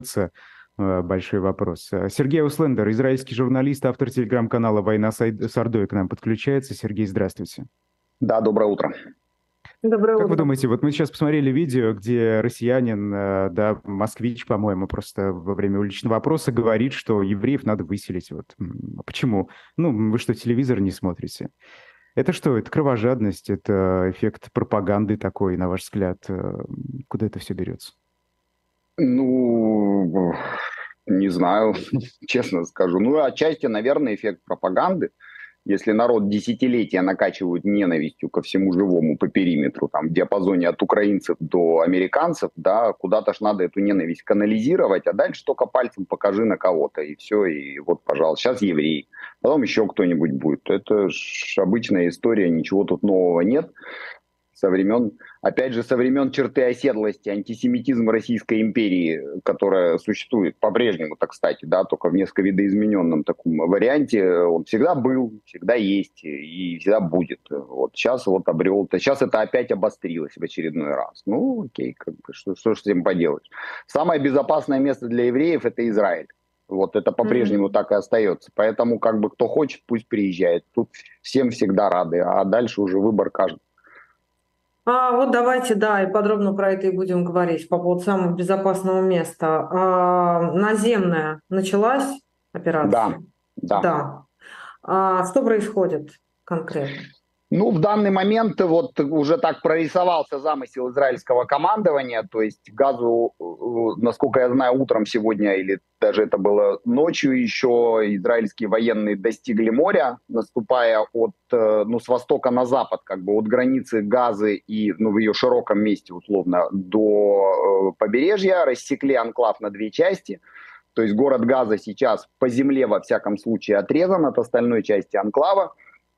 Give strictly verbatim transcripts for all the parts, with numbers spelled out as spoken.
э, большой вопрос. Э, Сергей Услендер, израильский журналист, автор телеграм-канала «Война с Ай- с Ордой» к нам подключается. Сергей, здравствуйте. Да, доброе утро. Доброе Как вы утро. думаете, вот мы сейчас посмотрели видео, где россиянин, э, да, москвич, по-моему, просто во время уличного опроса говорит, что евреев надо выселить. Вот. М, а почему? Ну, вы что, телевизор не смотрите? Это что? Это кровожадность? Это эффект пропаганды такой, на ваш взгляд? Э, Куда это все берется? Ну, не знаю, честно скажу. Ну, отчасти, наверное, эффект пропаганды. Если народ десятилетия накачивают ненавистью ко всему живому по периметру, там, в диапазоне от украинцев до американцев, да, куда-то ж надо эту ненависть канализировать, а дальше только пальцем покажи на кого-то, и все, и вот, пожалуйста, сейчас еврей, потом еще кто-нибудь будет. Это ж обычная история, ничего тут нового нет. Со времен, опять же, со времен черты оседлости, антисемитизм Российской империи, которая существует по-прежнему, так кстати, да, только в несколько видоизмененном таком варианте, он всегда был, всегда есть и всегда будет. Вот сейчас вот обрел, сейчас это опять обострилось в очередной раз. Ну, окей, как бы, что, что ж с этим поделать. Самое безопасное место для евреев — это Израиль. Вот это по-прежнему Мгм. так и остается. Поэтому как бы кто хочет, пусть приезжает. Тут всем всегда рады, а дальше уже выбор каждого. А вот давайте, да, и подробно про это и будем говорить по поводу самого безопасного места. А, наземная началась Да, операция? да. Да. А что происходит конкретно? Ну, в данный момент вот уже так прорисовался замысел израильского командования, то есть Газу, э, насколько я знаю, утром сегодня, или даже это было ночью еще, израильские военные достигли моря, наступая от, э, ну, с востока на запад, как бы от границы Газы и, ну, в ее широком месте, условно, до э, побережья, рассекли анклав на две части. То есть город Газа сейчас по земле, во всяком случае, отрезан от остальной части анклава.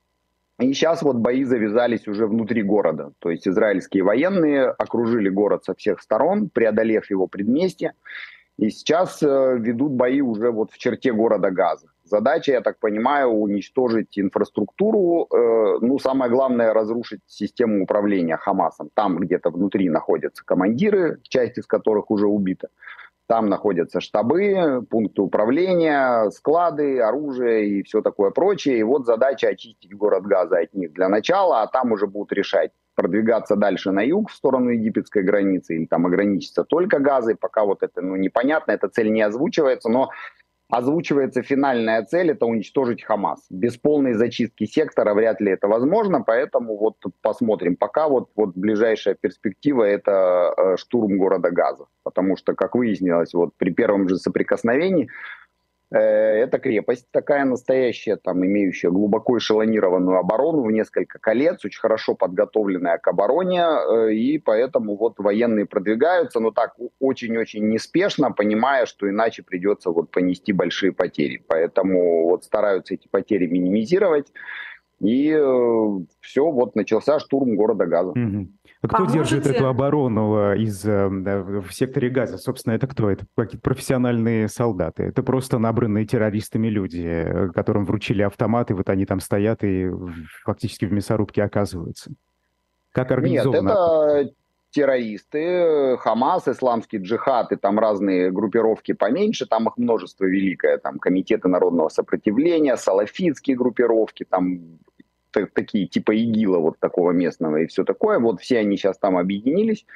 И сейчас вот бои завязались уже внутри города. То есть израильские военные окружили город со всех сторон, преодолев его предместье. И сейчас э, ведут бои уже вот в черте города Газа. Задача, я так понимаю, уничтожить инфраструктуру. Э, ну, самое главное, разрушить систему управления Хамасом. Там где-то внутри находятся командиры, часть из которых уже убита. Там находятся штабы, пункты управления, склады, оружие и все такое прочее. И вот задача очистить город Газа от них для начала, а там уже будут решать, продвигаться дальше на юг в сторону египетской границы или там ограничиться только Газой. Пока вот это, ну, непонятно, эта цель не озвучивается, но озвучивается финальная цель — это уничтожить Хамас. Без полной зачистки сектора вряд ли это возможно, поэтому вот посмотрим. Пока вот, вот ближайшая перспектива — это э, штурм города Газа, потому что, как выяснилось, вот при первом же соприкосновении э, это крепость такая настоящая, там имеющая глубоко эшелонированную оборону в несколько колец, очень хорошо подготовленная к обороне, э, и поэтому вот военные продвигаются, но так очень-очень неспешно, понимая, что иначе придется вот понести большие потери. Поэтому вот стараются эти потери минимизировать, и э, все, вот начался штурм города Газа. Мгм. А А кто держит эту можете, оборону э, из, э, да, в секторе Газа? Собственно, это кто? Это какие-то профессиональные солдаты? Это просто набранные террористами люди, э, которым вручили автоматы, вот они там стоят и в- фактически в мясорубке оказываются. Как Нет, организовано? это террористы, Хамас, исламский джихад и там разные группировки поменьше, там их множество великое, там комитеты народного сопротивления, салафитские группировки, там т- такие типа ИГИЛа вот такого местного и все такое, вот все они сейчас там объединились.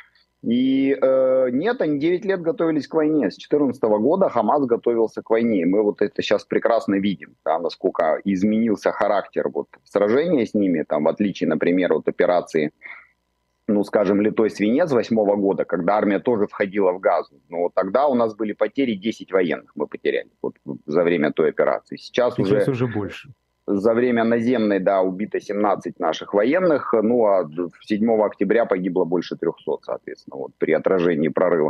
И э, нет, они девять лет готовились к войне. С две тысячи четырнадцатого года Хамас готовился к войне. И мы вот это сейчас прекрасно видим, да, насколько изменился характер вот сражения с ними, там, в отличие, например, от операции, ну, скажем, «Литой свинец» восьмого года, когда армия тоже входила в Газу. Но вот тогда у нас были потери, десять военных мы потеряли вот, за время той операции. Сейчас Сейчас уже уже больше. за время наземной, да, убито семнадцать наших военных, ну а седьмого октября погибло больше трехсот, соответственно, вот, при отражении прорыва.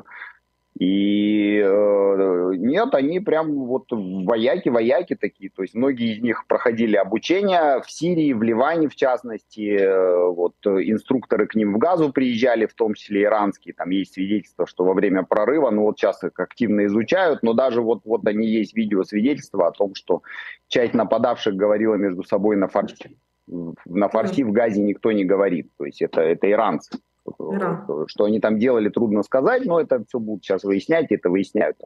И э, нет, они прям вот вояки-вояки такие, то есть многие из них проходили обучение в Сирии, в Ливане в частности, э, вот инструкторы к ним в Газу приезжали, в том числе иранские, там есть свидетельства, что во время прорыва, ну вот сейчас их активно изучают, но даже вот, вот они есть видеосвидетельства о том, что часть нападавших говорила между собой на фарси. На фарси м, в Газе никто не говорит, то есть это, это иранцы. Иран. Что они там делали, трудно сказать, но это все будут сейчас выяснять, это выясняют.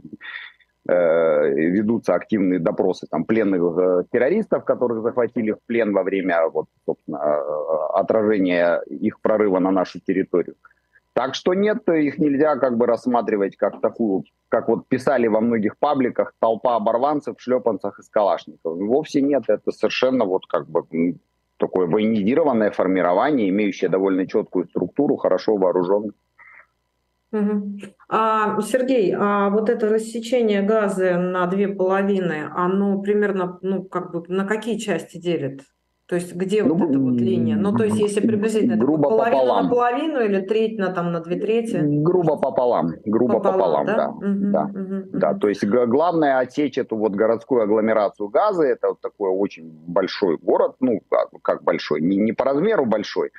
Ведутся активные допросы там, пленных террористов, которых захватили в плен во время вот, собственно, отражения их прорыва на нашу территорию. Так что нет, их нельзя как бы рассматривать как такую, как вот писали во многих пабликах, толпа оборванцев в шлепанцах и с калашниковыми. Вовсе нет, это совершенно вот как бы такое военизированное формирование, имеющее довольно четкую структуру, хорошо вооруженное. Угу. А, Сергей, а вот это рассечение газа на две половины, оно примерно, ну, как бы на какие части делит? То есть где ну, вот эта вот линия? Ну, то есть если приблизительно, это грубо половина пополам. на половину или треть на, там, на две трети? Грубо пополам, грубо пополам, Пополам, да? да. Угу, да. угу, Да, угу. то есть главное отсечь эту вот городскую агломерацию Газы, это вот такой очень большой город, ну, как большой, не, не по размеру большой,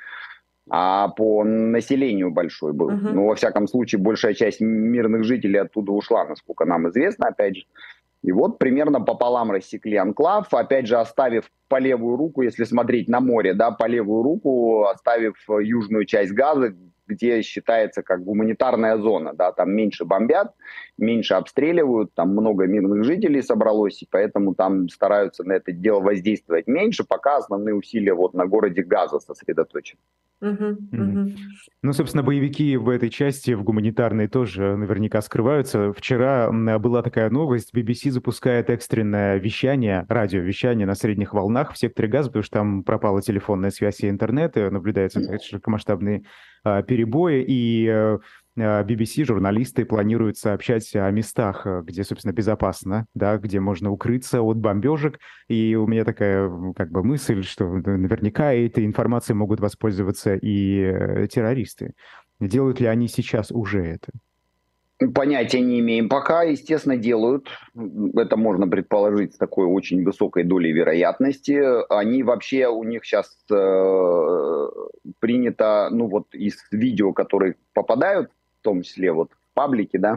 а по населению большой был. Угу. Ну, во всяком случае, большая часть мирных жителей оттуда ушла, насколько нам известно, опять же. И вот примерно пополам рассекли анклав, опять же оставив по левую руку, если смотреть на море, да, по левую руку, оставив южную часть Газы, где считается как гуманитарная зона, да, там меньше бомбят, меньше обстреливают, там много мирных жителей собралось, и поэтому там стараются на это дело воздействовать меньше, пока основные усилия вот на городе Газа сосредоточены. Угу, Мгм. угу. Ну, собственно, боевики в этой части, в гуманитарной, тоже наверняка скрываются. Вчера м, была такая новость. би би си запускает экстренное вещание, радиовещание на средних волнах в секторе Газа, потому что там пропала телефонная связь и интернет, и наблюдаются широкомасштабные а, перебои, и э, а, би би си, журналисты планируют сообщать о местах, э, где, собственно, безопасно, да, где можно укрыться от бомбежек. И у меня такая м, как бы мысль, что наверняка этой информацией могут воспользоваться и э, террористы. Делают ли они сейчас уже это? Понятия не имеем. Пока, естественно, делают. Это можно предположить с такой очень высокой долей вероятности. Они вообще, у них сейчас э, принято, ну вот из видео, которые попадают, в том числе вот в паблики, да,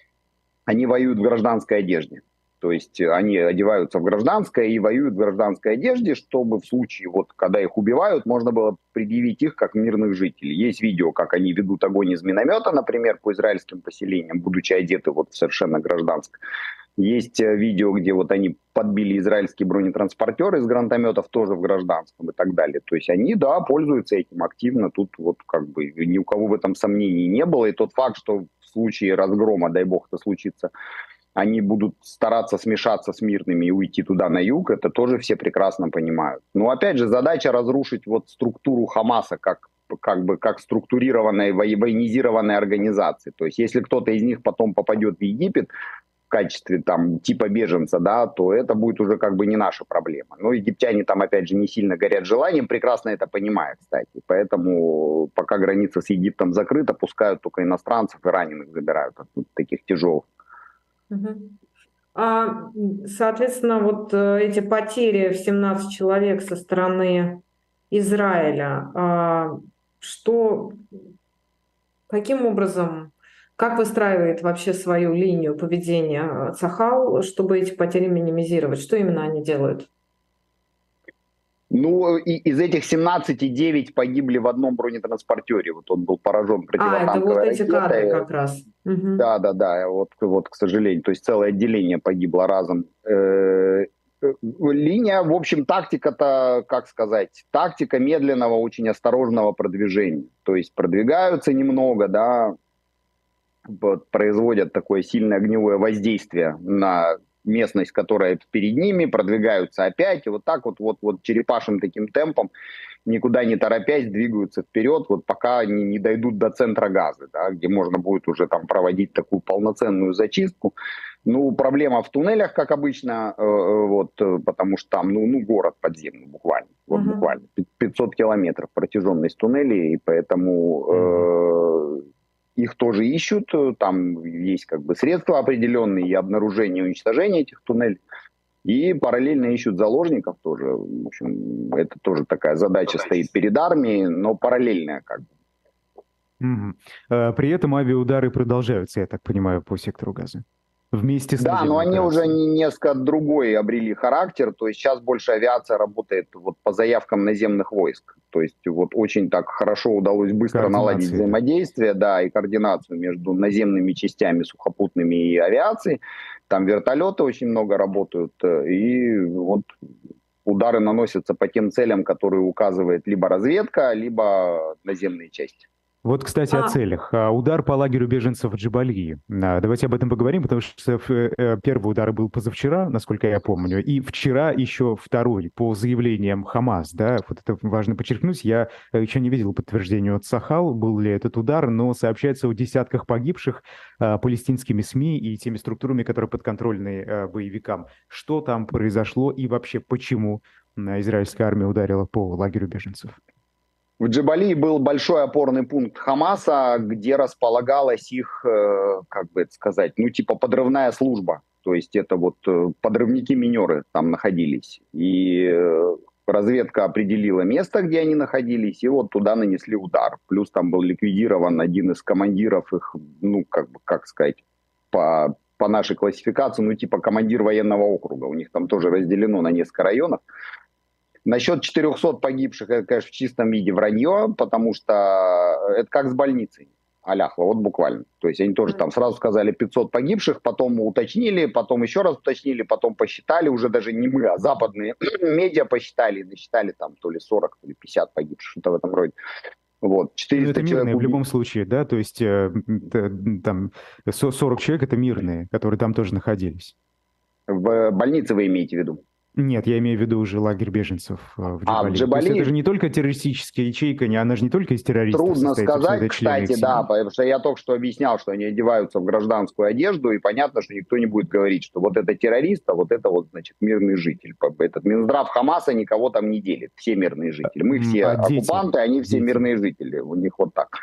они воюют в гражданской одежде. То есть они одеваются в гражданское и воюют в гражданской одежде, чтобы в случае, вот, когда их убивают, можно было предъявить их как мирных жителей. Есть видео, как они ведут огонь из миномета, например, по израильским поселениям, будучи одеты вот совершенно гражданско. Есть видео, где вот они подбили израильские бронетранспортеры из гранатометов тоже в гражданском и так далее. То есть они, да, пользуются этим активно. Тут вот как бы ни у кого в этом сомнений не было. И тот факт, что в случае разгрома, дай бог это случится, они будут стараться смешаться с мирными и уйти туда на юг, это тоже все прекрасно понимают. Но опять же, задача разрушить вот структуру Хамаса как, как бы как структурированной военизированной организации. То есть если кто-то из них потом попадет в Египет в качестве там типа беженца, да, то это будет уже как бы не наша проблема. Но египтяне там опять же не сильно горят желанием, прекрасно это понимают, кстати. Поэтому пока граница с Египтом закрыта, пускают только иностранцев и раненых забирают оттуда, таких тяжелых. А, соответственно, вот эти потери в семнадцать человек со стороны Израиля, а, что, каким образом, как выстраивает вообще свою линию поведения Цахал, чтобы эти потери минимизировать? Что именно они делают? Ну, и из этих семнадцати девять погибли в одном бронетранспортере. Вот он был поражен противотанковой а, это вот эти ракетой. кадры как раз. Угу. Да, да, да. Вот, вот, к сожалению. То есть целое отделение погибло разом. Э-э- линия, в общем, тактика-то, как сказать, тактика медленного, очень осторожного продвижения. То есть продвигаются немного, да, вот, производят такое сильное огневое воздействие на местность, которая перед ними, продвигаются опять, и вот так вот, вот, вот черепашим таким темпом, никуда не торопясь, двигаются вперед, вот пока они не дойдут до центра Газы, да, где можно будет уже там проводить такую полноценную зачистку. Ну, проблема в туннелях, как обычно, э, вот, потому что там, ну, ну город подземный буквально, вот uh-huh. буквально пятьсот километров протяженность туннелей, и поэтому... Э, их тоже ищут, там есть как бы средства определенные и обнаружение, и уничтожение этих туннелей. И параллельно ищут заложников тоже. В общем, это тоже такая задача стоит перед армией, но параллельная как бы. Угу. При этом авиаудары продолжаются, я так понимаю, по сектору Газа. вместе с Да, но наземной они уже операцией. не, несколько другой обрели характер, то есть сейчас больше авиация работает вот по заявкам наземных войск, то есть вот очень так хорошо удалось быстро наладить Координации, да. взаимодействие, да, и координацию между наземными частями сухопутными и авиацией, там вертолеты очень много работают, э, и вот удары наносятся по тем целям, которые указывает либо разведка, либо наземные части. Вот, кстати, о А, целях. А, Удар по лагерю беженцев в Джабалии. А, Давайте об этом поговорим, потому что э, э, первый удар был позавчера, насколько я помню, и вчера еще второй, по заявлениям Хамас, да, вот это важно подчеркнуть. Я э, еще не видел подтверждения от Сахал, был ли этот удар, но сообщается о десятках погибших а, палестинскими СМИ и теми структурами, которые подконтрольны а, боевикам. Что там произошло и вообще почему м, израильская армия ударила по лагерю беженцев? В Джабалии был большой опорный пункт Хамаса, где располагалась их, э, как бы это сказать, ну типа подрывная служба. То есть это вот э, подрывники-минеры там находились. И э, разведка определила место, где они находились, и вот туда нанесли удар. Плюс там был ликвидирован один из командиров их, ну как бы, как сказать, по, по нашей классификации, ну типа командир военного округа. У них там тоже разделено на несколько районов. Насчет четырехсот погибших, это, конечно, в чистом виде вранье, потому что это как с больницей Аляхова, вот буквально. То есть они тоже там сразу сказали пятьсот погибших, потом уточнили, потом еще раз уточнили, потом посчитали, уже даже не мы, а западные медиа посчитали, и насчитали там то ли сорок, то ли пятьдесят погибших, что-то в этом роде. Вот, Ну, четыреста это человек мирные в убили. любом случае, да, то есть э, т- там со- сорок человек это мирные, которые там тоже находились. В больнице вы имеете в виду? Нет, я имею в виду уже лагерь беженцев э, в А в Джабалии. То есть это же Джабали не только террористическая ячейка, не, она же не только из террористов трудно состоит, собственно, сказать, это члены их кстати, да, семей. потому что я только что объяснял, что они одеваются в гражданскую одежду, и понятно, что никто не будет говорить, что вот это террорист, а вот это вот, значит, мирный житель. Этот Минздрав Хамаса никого там не делит, все мирные жители. Мы М, все А дети? оккупанты, они все Дети. мирные жители, у них вот так.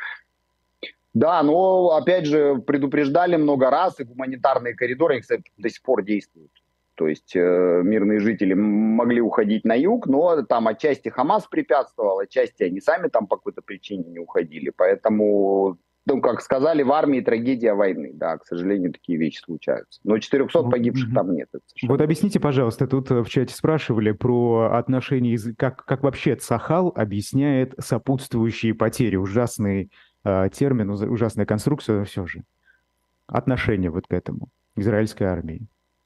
Да, но, опять же, предупреждали много раз, и гуманитарные коридоры, они, кстати, до сих пор действуют. То есть э, мирные жители могли уходить на юг, но там отчасти Хамас препятствовал, отчасти они сами там по какой-то причине не уходили. Поэтому, ну, как сказали, в армии трагедия войны. Да, к сожалению, такие вещи случаются. Но четырехсот В- погибших мгм. там нет. Это Вот совершенно точно. объясните, пожалуйста, тут э, в чате спрашивали про отношения, из- как, как вообще Цахал объясняет сопутствующие потери, ужасный э, термин, уз- ужасная конструкция, но все же. Отношение вот к этому, к израильской армии.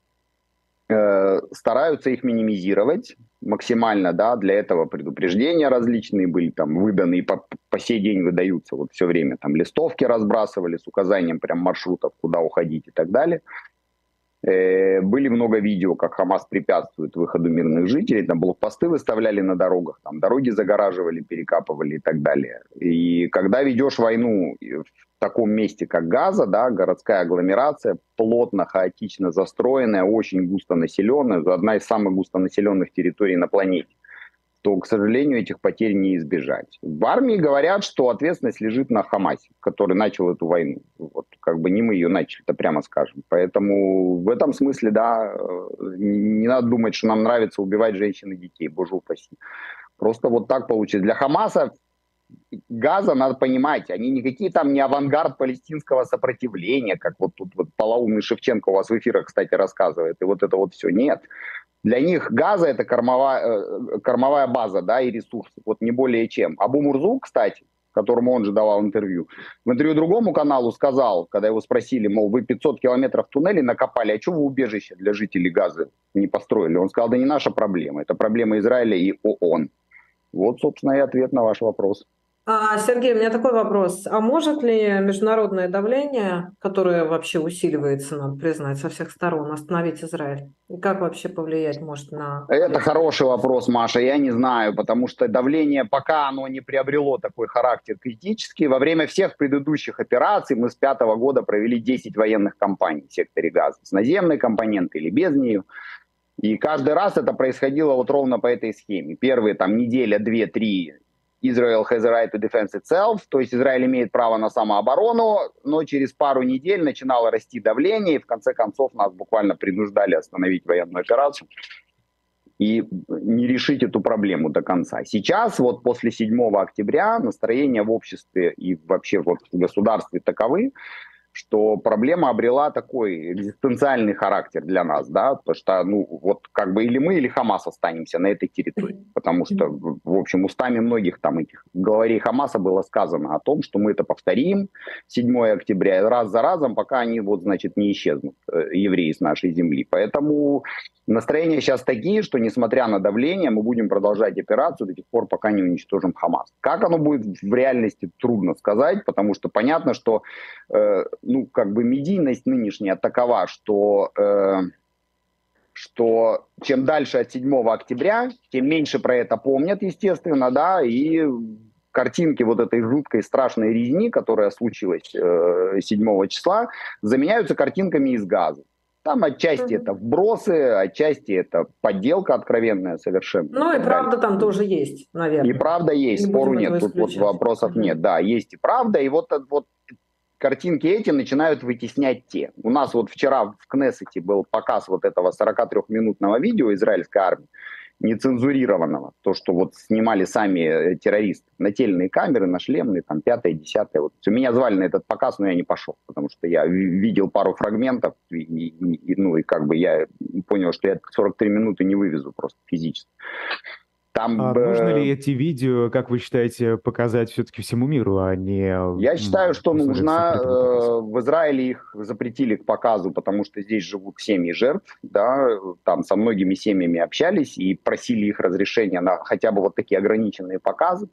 Э, стараются их минимизировать максимально, да, для этого предупреждения различные были там выданы и по, по сей день выдаются вот все время, там листовки разбрасывали с указанием прям маршрутов, куда уходить и так далее. Э, были много видео, как Хамас препятствует выходу мирных жителей, там блокпосты выставляли на дорогах, там дороги загораживали, перекапывали и так далее. И когда ведешь войну в таком месте, как Газа, да, городская агломерация, плотно, хаотично застроенная, очень густонаселенная, одна из самых густонаселенных территорий на планете, то, к сожалению, этих потерь не избежать. В армии говорят, что ответственность лежит на Хамасе, который начал эту войну. Вот, как бы не мы ее начали, это прямо скажем. Поэтому в этом смысле, да, не надо думать, что нам нравится убивать женщин и детей, боже упаси. Просто вот так получилось. Для Хамаса Газа, надо понимать, они никакие там не авангард палестинского сопротивления, как вот тут вот полоумный Шевченко у вас в эфирах, кстати, рассказывает, и вот это вот все. Нет. Для них Газа — это кормовая, кормовая база, да, и ресурсы, вот не более чем. Абу Мурзу, кстати, которому он же давал интервью, в интервью другому каналу сказал, когда его спросили, мол, вы пятьсот километров туннелей накопали, а что вы убежище для жителей Газы не построили? Он сказал, да не наша проблема, это проблема Израиля и ООН. Вот, собственно, и ответ на ваш вопрос. А, Сергей, у меня такой вопрос. А может ли международное давление, которое вообще усиливается, надо признать, со всех сторон, остановить Израиль? И как вообще повлиять может на Это Палестину? хороший вопрос, Маша, я не знаю, потому что давление, пока оно не приобрело такой характер критический, во время всех предыдущих операций мы с пятого года провели десять военных кампаний в секторе Газа, с наземной компонентой или без нее. И каждый раз это происходило вот ровно по этой схеме. Первые там неделя, две, три Israel has a right to defend itself, то есть Израиль имеет право на самооборону, но через пару недель начинало расти давление, и в конце концов нас буквально принуждали остановить военную операцию и не решить эту проблему до конца. Сейчас, вот после седьмого октября, настроения в обществе и вообще вот в государстве таковы, что проблема обрела такой экзистенциальный характер для нас, да, потому что, ну, вот как бы или мы, или Хамас останемся на этой территории, потому что, в общем, устами многих там этих главарей Хамаса было сказано о том, что мы это повторим седьмого октября, раз за разом, пока они, вот, значит, не исчезнут, евреи с нашей земли. Поэтому настроения сейчас такие, что, несмотря на давление, мы будем продолжать операцию до тех пор, пока не уничтожим Хамас. Как оно будет в реальности, трудно сказать, потому что понятно, что э, ну, как бы медийность нынешняя такова, что, э, что чем дальше от седьмого октября, тем меньше про это помнят, естественно, да, и картинки вот этой жуткой страшной резни, которая случилась э, седьмого числа, заменяются картинками из Газы. Там отчасти mm-hmm. это вбросы, отчасти это подделка откровенная совершенно. Ну и правда там тоже есть, наверное. И правда есть, не спору нет, тут вот вопросов mm-hmm. нет. Да, есть и правда, и вот, вот картинки эти начинают вытеснять те. У нас вот вчера в Кнессете был показ вот этого сорокатрёхминутного видео израильской армии, нецензурированного, то, что вот снимали сами террористы, нательные камеры, на шлемные, там, пятое, десятое. Вот. Меня звали на этот показ, но я не пошел, потому что я видел пару фрагментов, и, и, и, ну, и как бы я понял, что я сорок три минуты не вывезу просто физически. Там, а э... нужно ли эти видео, как вы считаете, показать все-таки всему миру, а не... Я считаю, что нужно. Э, в Израиле их запретили к показу, потому что здесь живут семьи жертв, да, там со многими семьями общались и просили их разрешения на хотя бы вот такие ограниченные показы.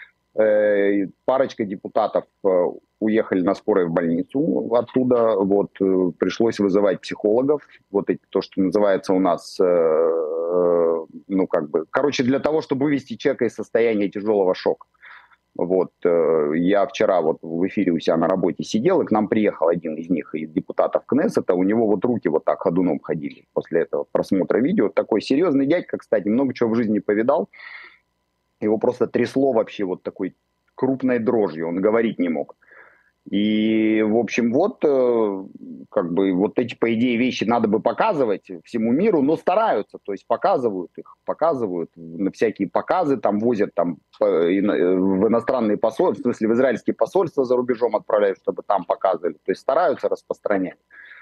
Э, парочка депутатов э, уехали на скорой в больницу оттуда, вот, э, пришлось вызывать психологов, вот эти, то, что называется у нас... Э, ну, как бы, короче, для того, чтобы вывести человека из состояния тяжелого шока. Вот, я вчера вот в эфире у себя на работе сидел, и к нам приехал один из них, из депутатов Кнессета, у него вот руки вот так ходуном ходили после этого просмотра видео. Такой серьезный дядька, кстати, много чего в жизни повидал. Его просто трясло вообще вот такой крупной дрожью, он говорить не мог. И, в общем, вот, как бы, вот эти, по идее, вещи надо бы показывать всему миру, но стараются, то есть показывают их, показывают, на всякие показы там возят там в иностранные посольства, в смысле в израильские посольства за рубежом отправляют, чтобы там показывали, то есть стараются распространять.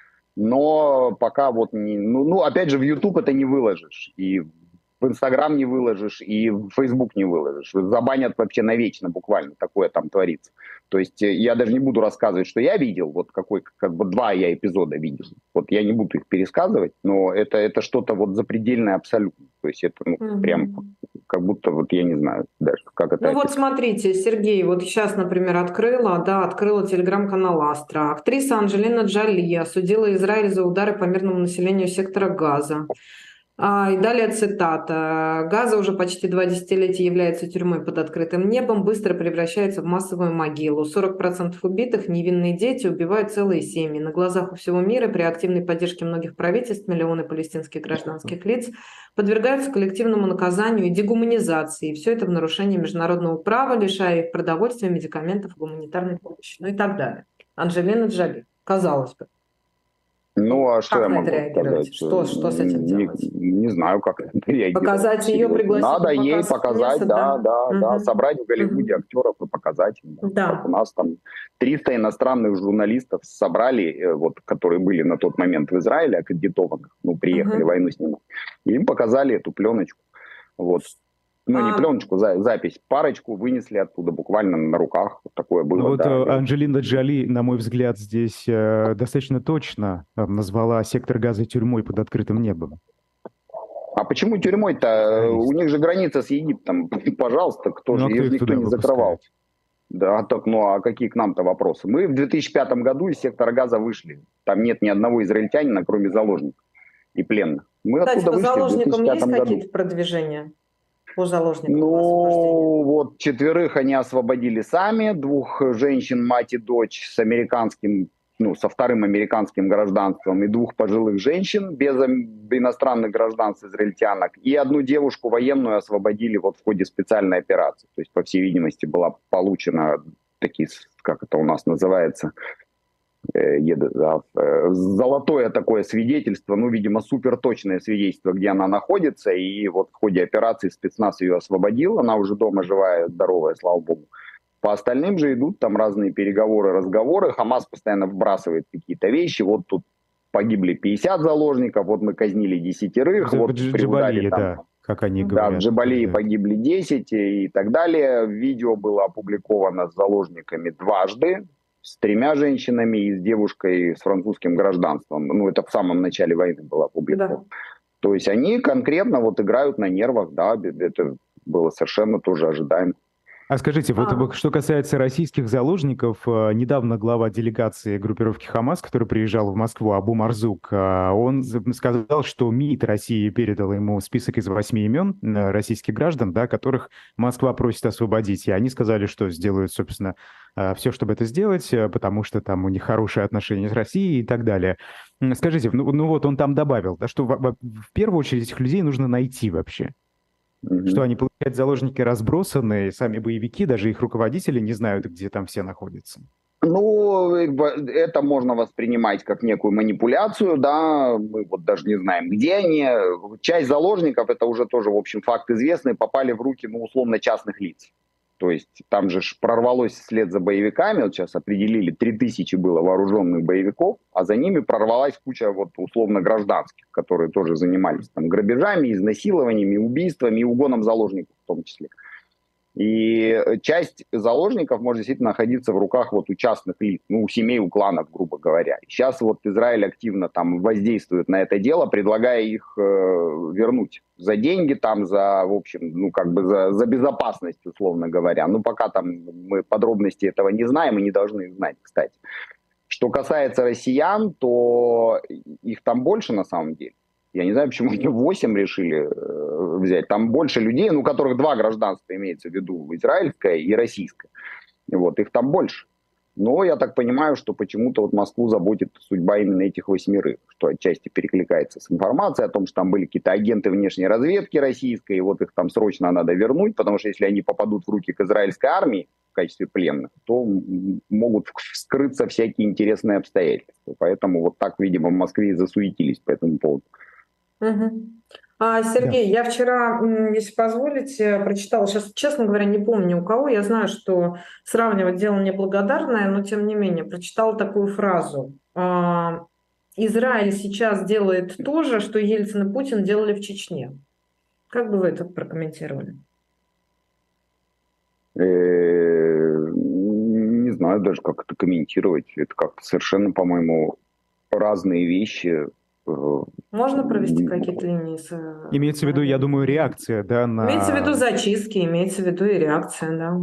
Но пока вот, не, ну, ну, опять же, в YouTube это не выложишь, и в Инстаграм не выложишь, и в Фейсбук не выложишь. Забанят вообще навечно, буквально, такое там творится. То есть я даже не буду рассказывать, что я видел, вот какой, как бы два я эпизода видел. Вот я не буду их пересказывать, но это, это что-то вот запредельное абсолютно. То есть это, ну, угу. прям как будто, вот я не знаю даже, как это... Ну вот смотрите, Сергей, вот сейчас, например, открыла, да, открыла телеграм-канал Астра. Актриса Анджелина Джоли осудила Израиль за удары по мирному населению сектора Газа. А, и далее цитата. «Газа уже почти два десятилетия является тюрьмой под открытым небом, быстро превращается в массовую могилу. сорок процентов убитых – невинные дети, убивают целые семьи. На глазах у всего мира при активной поддержке многих правительств миллионы палестинских гражданских лиц подвергаются коллективному наказанию и дегуманизации. И все это в нарушении международного права, лишая их продовольствия, медикаментов, гуманитарной помощи». Ну и так далее. Анджелина Джоли, казалось бы. Ну, а что как я могу сказать? Что, что с этим не, делать? Не знаю, как это реагировать. Показать ее, пригласить. Надо ей показать, Кнессет, да, да, да, угу. да, собрать в Голливуде угу. актеров и показать. Да. Как у нас там триста иностранных журналистов собрали, вот, которые были на тот момент в Израиле, аккредитованных, ну, приехали угу. войну снимать. И им показали эту пленочку. Вот. Ну, не пленочку, за, запись. Парочку вынесли оттуда буквально на руках. Вот такое было. Ну, вот да. Анджелина Джоли, на мой взгляд, здесь э, достаточно точно э, назвала сектор Газа тюрьмой под открытым небом. А почему тюрьмой-то? У них же граница с Египтом. Пожалуйста, кто ну, же? Их никто не выпускает? закрывал. Да, так, ну а какие к нам-то вопросы? Мы в две тысячи пятом году из сектора Газа вышли. Там нет ни одного израильтянина, кроме заложников и пленных. Мы Кстати, оттуда по вышли заложникам есть году. какие-то продвижения? По заложникам? Ну, вот четверых они освободили сами, двух женщин, мать и дочь с американским, ну, со вторым американским гражданством и двух пожилых женщин без иностранных гражданств израильтянок. И одну девушку военную освободили вот в ходе специальной операции. То есть, по всей видимости, была получена такие, как это у нас называется, золотое такое свидетельство, ну, видимо, суперточное свидетельство, где она находится, и вот в ходе операции спецназ ее освободил, она уже дома живая, здоровая, слава богу. По остальным же идут там разные переговоры, разговоры. Хамас постоянно вбрасывает какие-то вещи. Вот тут погибли пятьдесят заложников, вот мы казнили десятерых, В вот при ударе Джабалии, там, да, как они да, в говорят, Джабалии утверждают. погибли десять и так далее. Видео было опубликовано с заложниками дважды, с тремя женщинами и с девушкой с французским гражданством. Ну, это в самом начале войны было опубликовано. Да. То есть они конкретно вот играют на нервах, да, это было совершенно тоже ожидаемо. А скажите, вот А, что касается российских заложников, э, недавно глава делегации группировки «Хамас», который приезжал в Москву, Абу Марзук, э, он з- сказал, что МИД России передал ему список из восьми имен э, российских граждан, да, которых Москва просит освободить. И они сказали, что сделают, собственно, все, чтобы это сделать, э, потому что там у них хорошие отношения с Россией и так далее. М, Скажите, ну, ну вот он там добавил, да, что в, в- в первую очередь этих людей нужно найти вообще. Что Мгм. они, получается, заложники разбросаны, сами боевики, даже их руководители не знают, где там все находятся. Ну, как бы это можно воспринимать как некую манипуляцию, да, мы вот даже не знаем, где они. Часть заложников, это уже тоже, в общем, факт известный, попали в руки, ну, условно, частных лиц. То есть там же ж прорвалось вслед за боевиками, вот сейчас определили, три тысячи было вооруженных боевиков, а за ними прорвалась куча вот условно гражданских, которые тоже занимались там грабежами, изнасилованиями, убийствами и угоном заложников в том числе. И часть заложников может действительно находиться в руках вот у частных лиц, ну, у семей, у кланов, грубо говоря. Сейчас вот Израиль активно там воздействует на это дело, предлагая их э, вернуть за деньги, там, за, в общем, ну, как бы за, за безопасность, условно говоря. Ну, пока там мы подробности этого не знаем и не должны их знать, кстати. Что касается россиян, то их там больше на самом деле. Я не знаю, почему они восемь решили э, взять. Там больше людей, ну, у которых два гражданства имеется в виду, израильское и российское. Вот, их там больше. Но я так понимаю, что почему-то вот Москву заботит судьба именно этих восьмерых, что отчасти перекликается с информацией о том, что там были какие-то агенты внешней разведки российской, и вот их там срочно надо вернуть, потому что если они попадут в руки к израильской армии в качестве пленных, то могут вскрыться всякие интересные обстоятельства. Поэтому вот так, видимо, в Москве и засуетились по этому поводу. мгм. А, Да. Сергей, я вчера, м, если позволите, прочитала, сейчас, честно говоря, не помню у кого, я знаю, что сравнивать дело неблагодарное, но тем не менее, прочитала такую фразу. А, Израиль сейчас делает то же, что Ельцин и Путин делали в Чечне. Как бы вы это прокомментировали? Э, Не знаю даже, как это комментировать. Это как-то совершенно, по-моему, разные вещи. Э, Можно провести какие-то линии с э, Имеется в виду, я думаю, параллели? реакция, да, Имеется в виду на... зачистки, имеется в виду и реакция, да,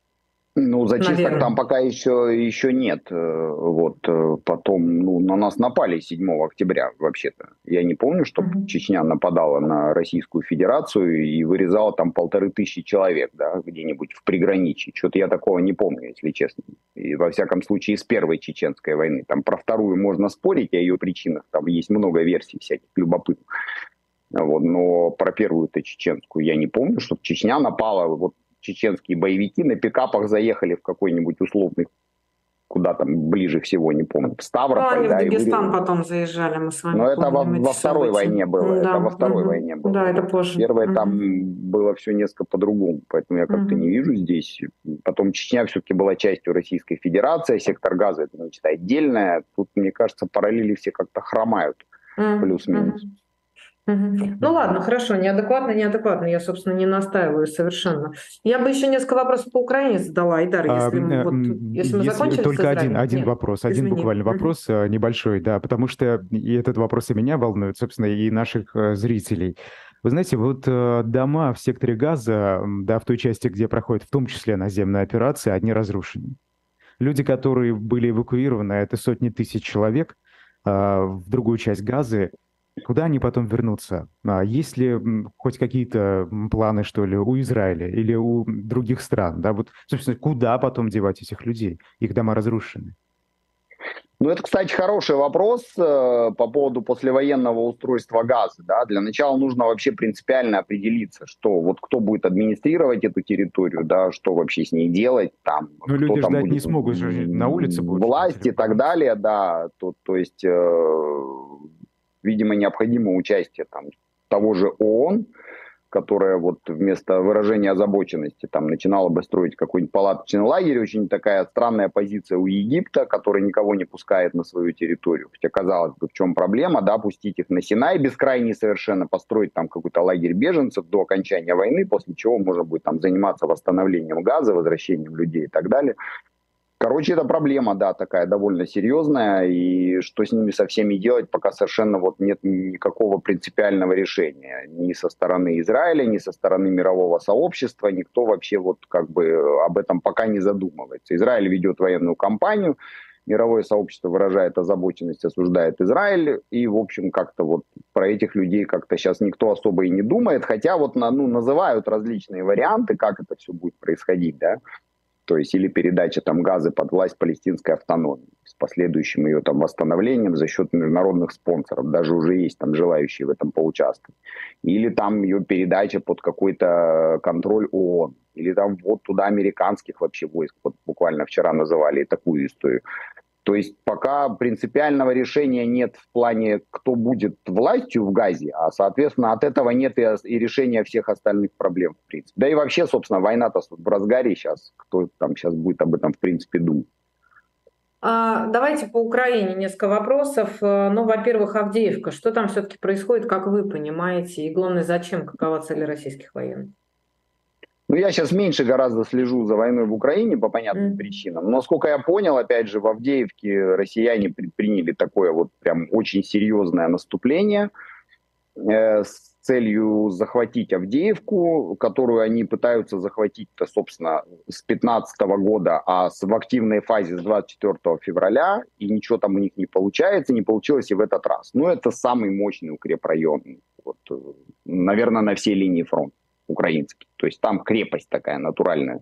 Ну, зачисток там наверное. пока еще, еще нет. Э, Вот э, потом, ну, на нас напали седьмого октября, вообще-то. Я не помню, чтобы Мгм. Чечня нападала на Российскую Федерацию и вырезала там полторы тысячи человек, да, где-нибудь в приграничье. Что-то я такого не помню, если честно. И во всяком случае, из первой чеченской войны. Там про вторую можно спорить о ее причинах, там есть много версий всяких любопытных. Вот, но про первую-то чеченскую я не помню, чтобы Чечня напала, вот чеченские боевики на пикапах заехали в какой-нибудь условный, куда там ближе всего, не помню, в Ну, они Ставрополь, в да, и Дагестан вырезали. потом заезжали, мы с вами Но это во, помним эти во второй события. войне было, это во Да, второй мгм. войне было. Да, это Вот. В позже. первой там Мгм. было все несколько по-другому, поэтому я как-то не Мгм. вижу здесь. Потом Чечня все-таки была частью Российской Федерации, сектор Газа это нечто отдельное. Тут, мне кажется, параллели все как-то хромают, Мгм. плюс-минус. Мгм. Мгм. Ну ладно, хорошо, неадекватно, неадекватно, я, собственно, не настаиваю совершенно. Я бы еще несколько вопросов по Украине задала, Айдар, А, если, м, м, э, вот, м, если мы Если закончили с только один, Израилем. один Нет, вопрос, один извини. буквально Мгм. вопрос э, небольшой, да, потому что и этот вопрос и меня волнует, собственно, и наших э, зрителей. Вы знаете, вот э, дома в секторе Газа, м, да, в той части, где проходит в том числе наземная операция, одни разрушены. Люди, которые были эвакуированы, это сотни тысяч человек, а, в другую часть Газы, куда они потом вернутся? А есть ли м, хоть какие-то м, планы, что ли, у Израиля или у других стран? Да, вот, собственно, куда потом девать этих людей? Их дома разрушены. Ну, это, кстати, хороший вопрос э, по поводу послевоенного устройства газа. Да? Для начала нужно вообще принципиально определиться, что вот кто будет администрировать эту территорию, да, что вообще с ней делать, там, Но кто люди там ждать не будет смогут же, на улице в- будут ждать или власть и куда так они? далее, да. То, то есть, э, видимо, необходимо участие там того же ООН, которая вот вместо выражения озабоченности там начинала бы строить какой-нибудь палаточный лагерь. Очень такая странная позиция у Египта, который никого не пускает на свою территорию. Хотя, казалось бы, в чем проблема, да, пустить их на Синай бескрайний совершенно, построить там какой-то лагерь беженцев до окончания войны, после чего можно будет там заниматься восстановлением газа, возвращением людей и так далее. Короче, это проблема, да, такая довольно серьезная, и что с ними со всеми делать, пока совершенно вот нет никакого принципиального решения. Ни со стороны Израиля, ни со стороны мирового сообщества, никто вообще вот как бы об этом пока не задумывается. Израиль ведет военную кампанию, мировое сообщество выражает озабоченность, осуждает Израиль, и, в общем, как-то вот про этих людей как-то сейчас никто особо и не думает, хотя вот ну, называют различные варианты, как это все будет происходить, да. То есть или передача там газа под власть палестинской автономии с последующим ее там восстановлением за счет международных спонсоров. Даже уже есть там желающие в этом поучаствовать. Или там ее передача под какой-то контроль ООН. Или там вот туда американских вообще войск. Вот буквально вчера называли такую историю. То есть пока принципиального решения нет в плане, кто будет властью в Газе, а, соответственно, от этого нет и, и решения всех остальных проблем, в принципе. Да и вообще, собственно, война-то в разгаре сейчас. Кто там сейчас будет об этом, в принципе, думать? А, давайте по Украине несколько вопросов. Ну, во-первых, Авдеевка. Что там все-таки происходит, как вы понимаете? И главное, зачем? Какова цель российских военных? Ну, я сейчас меньше гораздо слежу за войной в Украине по понятным mm. причинам. Но, насколько я понял, опять же, в Авдеевке россияне предприняли такое вот прям очень серьезное наступление э, с целью захватить Авдеевку, которую они пытаются захватить-то, собственно, с пятнадцатого года, а с, в активной фазе с двадцать четвёртого февраля, и ничего там у них не получается, не получилось и в этот раз. Но это самый мощный укрепрайон, вот, наверное, на всей линии фронта. Украинский. То есть там крепость такая натуральная.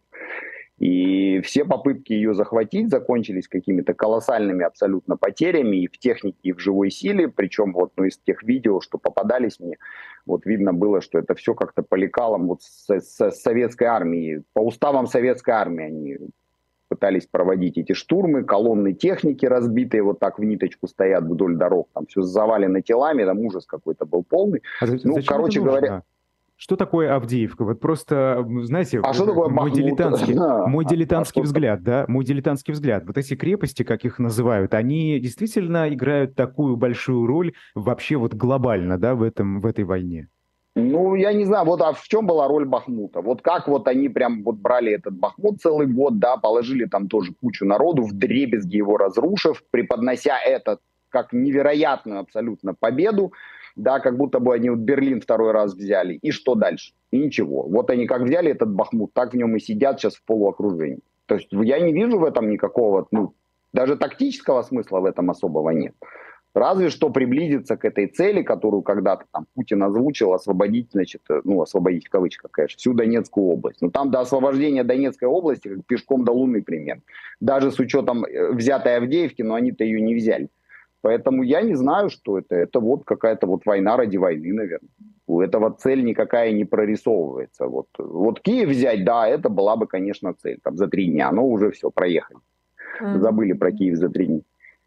И все попытки ее захватить закончились какими-то колоссальными абсолютно потерями и в технике, и в живой силе. Причем вот ну, из тех видео, что попадались мне, вот видно было, что это все как-то по лекалам вот с, с, с советской армии. По уставам советской армии они пытались проводить эти штурмы, колонны техники разбитые вот так в ниточку стоят вдоль дорог. Там все завалено телами, там ужас какой-то был полный. А ну, короче говоря... Что такое Авдеевка? Вот просто, знаете, а что такое мой дилетантский, мой дилетантский а, взгляд, да, мой дилетантский взгляд. Вот эти крепости, как их называют, они действительно играют такую большую роль вообще вот глобально, да, в этом, в этой войне? Ну, я не знаю, вот а в чем была роль Бахмута? Вот как вот они прям вот брали этот Бахмут целый год, да, положили там тоже кучу народу, вдребезги его разрушив, преподнося это как невероятную абсолютно победу, да, как будто бы они вот Берлин второй раз взяли. И что дальше? И ничего. Вот они как взяли этот Бахмут, так в нем и сидят сейчас в полуокружении. То есть я не вижу в этом никакого, ну, даже тактического смысла в этом особого нет. Разве что приблизиться к этой цели, которую когда-то там Путин озвучил, освободить, значит, ну, освободить в кавычках, конечно, всю Донецкую область. Но там до освобождения Донецкой области как пешком до Луны примерно. Даже с учетом взятой Авдеевки, но они-то ее не взяли. Поэтому я не знаю, что это. Это вот какая-то вот война ради войны, наверное. У этого цель никакая не прорисовывается. Вот, вот Киев взять, да, это была бы, конечно, цель. Там за три дня, но уже все, проехали. Mm-hmm. Забыли про Киев за три дня.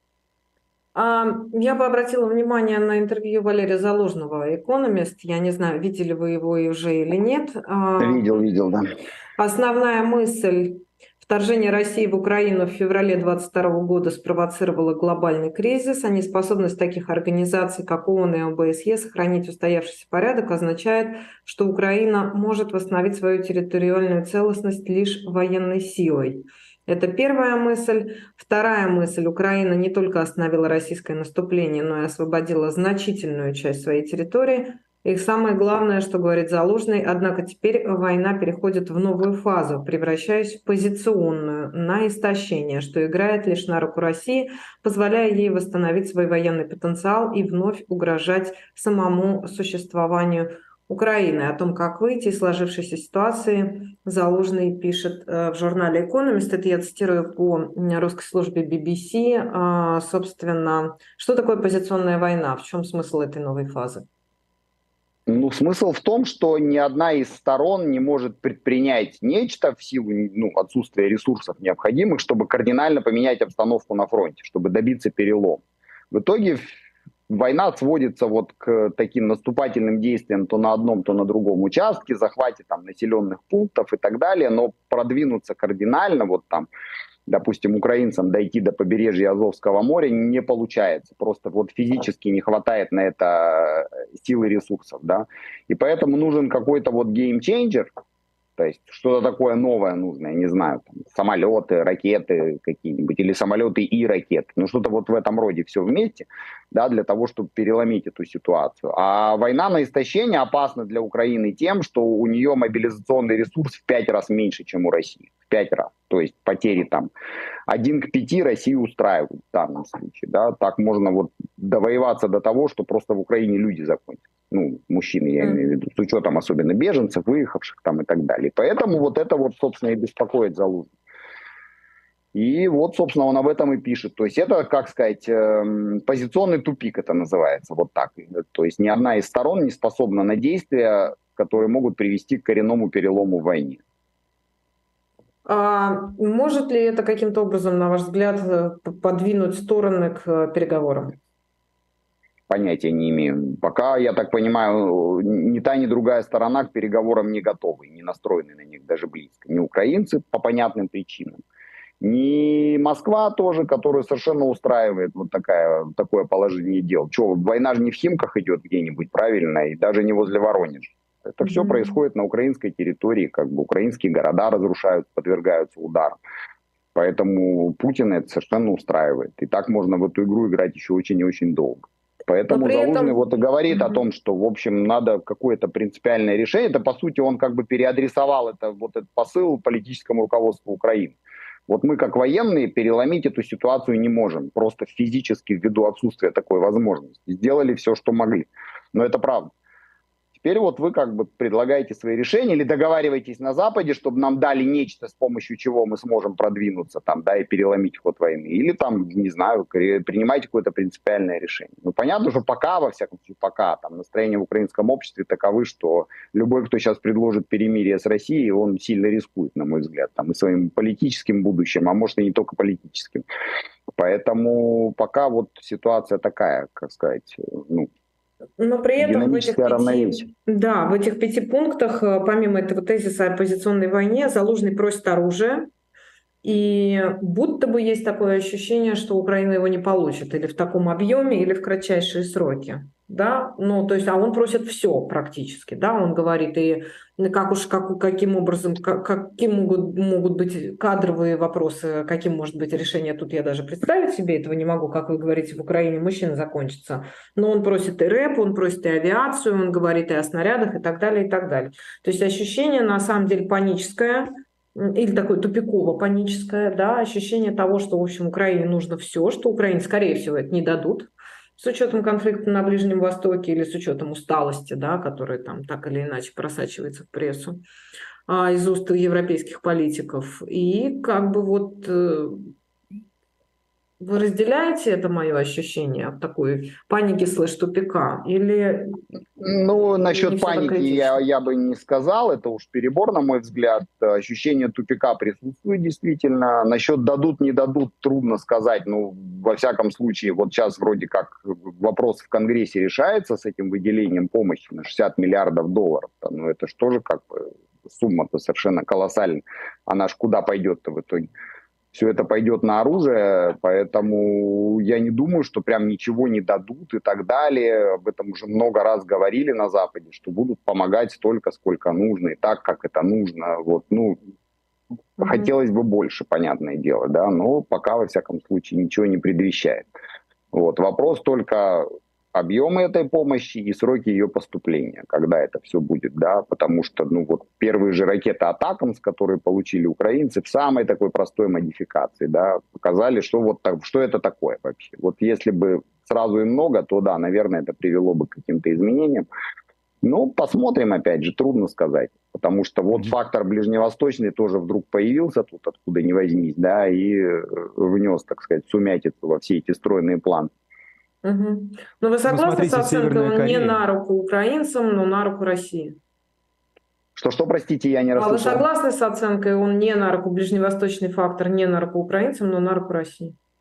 Я бы обратила внимание на интервью Валерия Залужного, «Экономист». Я не знаю, видели вы его уже или нет. Видел, видел, да. Основная мысль: вторжение России в Украину в феврале две тысячи двадцать второго года спровоцировало глобальный кризис, а неспособность таких организаций, как ООН и ОБСЕ, сохранить устоявшийся порядок означает, что Украина может восстановить свою территориальную целостность лишь военной силой. Это первая мысль. Вторая мысль: Украина не только остановила российское наступление, но и освободила значительную часть своей территории. И самое главное, что говорит Залужный: однако теперь война переходит в новую фазу, превращаясь в позиционную, на истощение, что играет лишь на руку России, позволяя ей восстановить свой военный потенциал и вновь угрожать самому существованию Украины. О том, как выйти из сложившейся ситуации, Залужный пишет в журнале «Экономист». Это я цитирую по русской службе би би си. Собственно, что такое позиционная война? В чем смысл этой новой фазы? Ну, смысл в том, что ни одна из сторон не может предпринять нечто в силу ну, отсутствия ресурсов необходимых, чтобы кардинально поменять обстановку на фронте, чтобы добиться перелома. В итоге война сводится вот к таким наступательным действиям то на одном, то на другом участке, захвате там населенных пунктов и так далее, но продвинуться кардинально, вот там, допустим, украинцам дойти до побережья Азовского моря не получается. Просто вот физически не хватает на это силы и ресурсов, да. И поэтому нужен какой-то вот геймчейнджер, то есть что-то такое новое нужно, я не знаю, там, самолеты, ракеты какие-нибудь, или самолеты и ракеты. Ну что-то вот в этом роде все вместе, да, для того, чтобы переломить эту ситуацию. А война на истощение опасна для Украины тем, что у нее мобилизационный ресурс в пять раз меньше, чем у России. В пять раз. То есть потери там один к пяти Россию устраивают в данном случае. Да. Так можно вот довоеваться до того, что просто в Украине люди закончатся. Ну, мужчины, я имею в виду, с учетом особенно беженцев, выехавших там и так далее. Поэтому вот это вот, собственно, и беспокоит Залужного. И вот, собственно, он об этом и пишет. То есть это, как сказать, э, позиционный тупик это называется, вот так. То есть ни одна из сторон не способна на действия, которые могут привести к коренному перелому в войне. А может ли это каким-то образом, на ваш взгляд, подвинуть стороны к переговорам? Понятия не имею. Пока, я так понимаю, ни та, ни другая сторона к переговорам не готовы, не настроены на них даже близко. Ни украинцы по понятным причинам, ни Москва тоже, которая совершенно устраивает вот такая, такое положение дел. Че, война же не в Химках идет где-нибудь, правильно, и даже не возле Воронежа. Это mm-hmm. все происходит на украинской территории, как бы украинские города разрушаются, подвергаются ударам. Поэтому Путина это совершенно устраивает. И так можно в эту игру играть еще очень и очень долго. Поэтому Залужный этом... вот и говорит mm-hmm. о том, что, в общем, надо какое-то принципиальное решение. Это, по сути, он как бы переадресовал это, вот этот посыл политическому руководству Украины. Вот мы, как военные, переломить эту ситуацию не можем. Просто физически, ввиду отсутствия такой возможности. Сделали все, что могли. Но это правда. Теперь вот вы как бы предлагаете свои решения или договариваетесь на Западе, чтобы нам дали нечто, с помощью чего мы сможем продвинуться там, да, и переломить ход войны. Или там, не знаю, принимайте какое-то принципиальное решение. Ну, понятно, что пока, во всяком случае, пока там настроения в украинском обществе таковы, что любой, кто сейчас предложит перемирие с Россией, он сильно рискует, на мой взгляд, там, и своим политическим будущим, а может и не только политическим. Поэтому пока вот ситуация такая, как сказать, ну, но при этом в этих, пяти, да, в этих пяти пунктах, помимо этого тезиса о оппозиционной войне, Залужный просит оружие. И будто бы есть такое ощущение, что Украина его не получит или в таком объеме, или в кратчайшие сроки. Да? Ну, то есть, а он просит все практически. Да? Он говорит, и как уж, как, каким образом, как, каким могут, могут быть кадровые вопросы, каким может быть решение, тут я даже представить себе этого не могу, как вы говорите, в Украине мужчина закончится. Но он просит и рэп, он просит и авиацию, он говорит и о снарядах и так далее, и так далее. То есть ощущение на самом деле паническое, или такое тупиково-паническое, да, ощущение того, что, в общем, Украине нужно все, что Украине, скорее всего, это не дадут, с учетом конфликта на Ближнем Востоке или с учетом усталости, да, которая там так или иначе просачивается в прессу а, из уст европейских политиков. И как бы вот э, вы разделяете это мое ощущение от такой паники слэш-тупика? Или... Ну, насчет паники я, я бы не сказал, это уж перебор, на мой взгляд. Ощущение тупика присутствует действительно. Насчет дадут, не дадут, трудно сказать. Ну, во всяком случае, вот сейчас вроде как вопрос в Конгрессе решается с этим выделением помощи на шестьдесят миллиардов долларов. Ну, это же тоже как бы сумма-то совершенно колоссальная. Она ж куда пойдет-то в итоге? Все это пойдет на оружие, поэтому я не думаю, что прям ничего не дадут и так далее. Об этом уже много раз говорили на Западе, что будут помогать столько, сколько нужно, и так, как это нужно. Вот, ну, mm-hmm. хотелось бы больше, понятное дело, да, но пока, во всяком случае, ничего не предвещает. Вот, вопрос только объемы этой помощи и сроки ее поступления, когда это все будет, да, потому что, ну, вот первые же ракеты «Атакамс», которые получили украинцы в самой такой простой модификации, да, показали, что вот так, что это такое вообще. Вот если бы сразу и много, то да, наверное, это привело бы к каким-то изменениям. Ну, посмотрим, опять же, трудно сказать, потому что вот mm-hmm. фактор ближневосточный тоже вдруг появился тут, откуда ни возьмись, да, и внес, так сказать, сумятицу во все эти стройные планы. Угу. Но вы согласны ну, смотрите, с оценкой, он не на руку украинцам, но на руку России? Что-что, простите, я не расслышал. А вы согласны с оценкой, он не на руку, ближневосточный фактор, не на руку украинцам, но на руку России?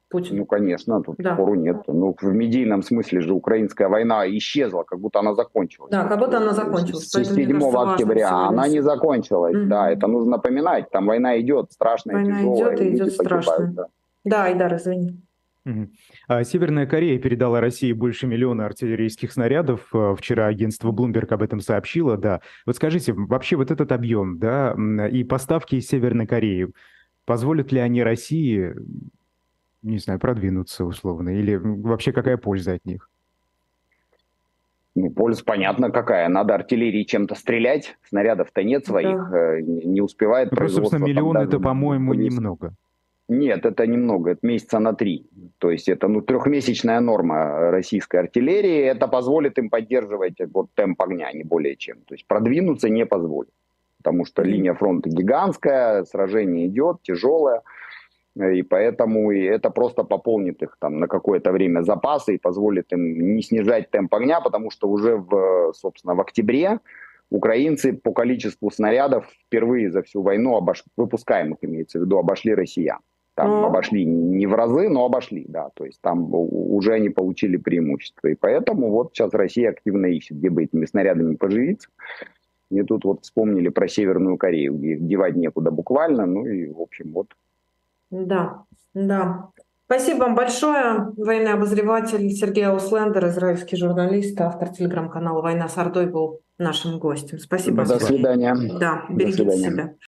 Путин? Ну, конечно, тут Да. спору нет. Ну, в медийном смысле же украинская война исчезла, как будто она закончилась. Да, как будто она закончилась. С Поэтому, мне кажется, седьмого важно октября сегодня... она не закончилась, Угу. да, это нужно напоминать. Там война идет, страшная, Война тяжелая, идет и и люди идет страшно. погибают, да. Да, Айдар, извини. Мгм. А Северная Корея передала России больше миллиона артиллерийских снарядов. Э, Вчера агентство Bloomberg об этом сообщило, да. Вот скажите, вообще вот этот объем, да, м, и поставки из Северной Кореи, позволят ли они России, не знаю, продвинуться условно, или м, вообще какая польза от них? Ну, польза понятно какая. Надо артиллерии чем-то стрелять, снарядов-то нет своих, Да. э, не не успевает Ну, просто, собственно, производство там миллион даже это, по-моему, близко. немного. Нет, это немного, это месяца на три. То есть это ну, трехмесячная норма российской артиллерии. Это позволит им поддерживать вот темп огня, не более чем. То есть продвинуться не позволит. Потому что Мгм. линия фронта гигантская, сражение идет, тяжелое. И поэтому и это просто пополнит их там на какое-то время запасы и позволит им не снижать темп огня, потому что уже в, собственно, в октябре украинцы по количеству снарядов впервые за всю войну, обош... выпускаемых имеется в виду, обошли россиян. Там О. обошли не в разы, но обошли, да. То есть там у- уже они получили преимущество. И поэтому вот сейчас Россия активно ищет, где бы этими снарядами поживиться. И тут вот вспомнили про Северную Корею, где их девать некуда буквально. Ну и, в общем, вот. Да, да. Спасибо вам большое. Военный обозреватель Сергей Ауслендер, израильский журналист, автор телеграм-канала «Война с Ордой» был нашим гостем. Спасибо вам, До Сергей. свидания. Да, До берегите свидания. себя.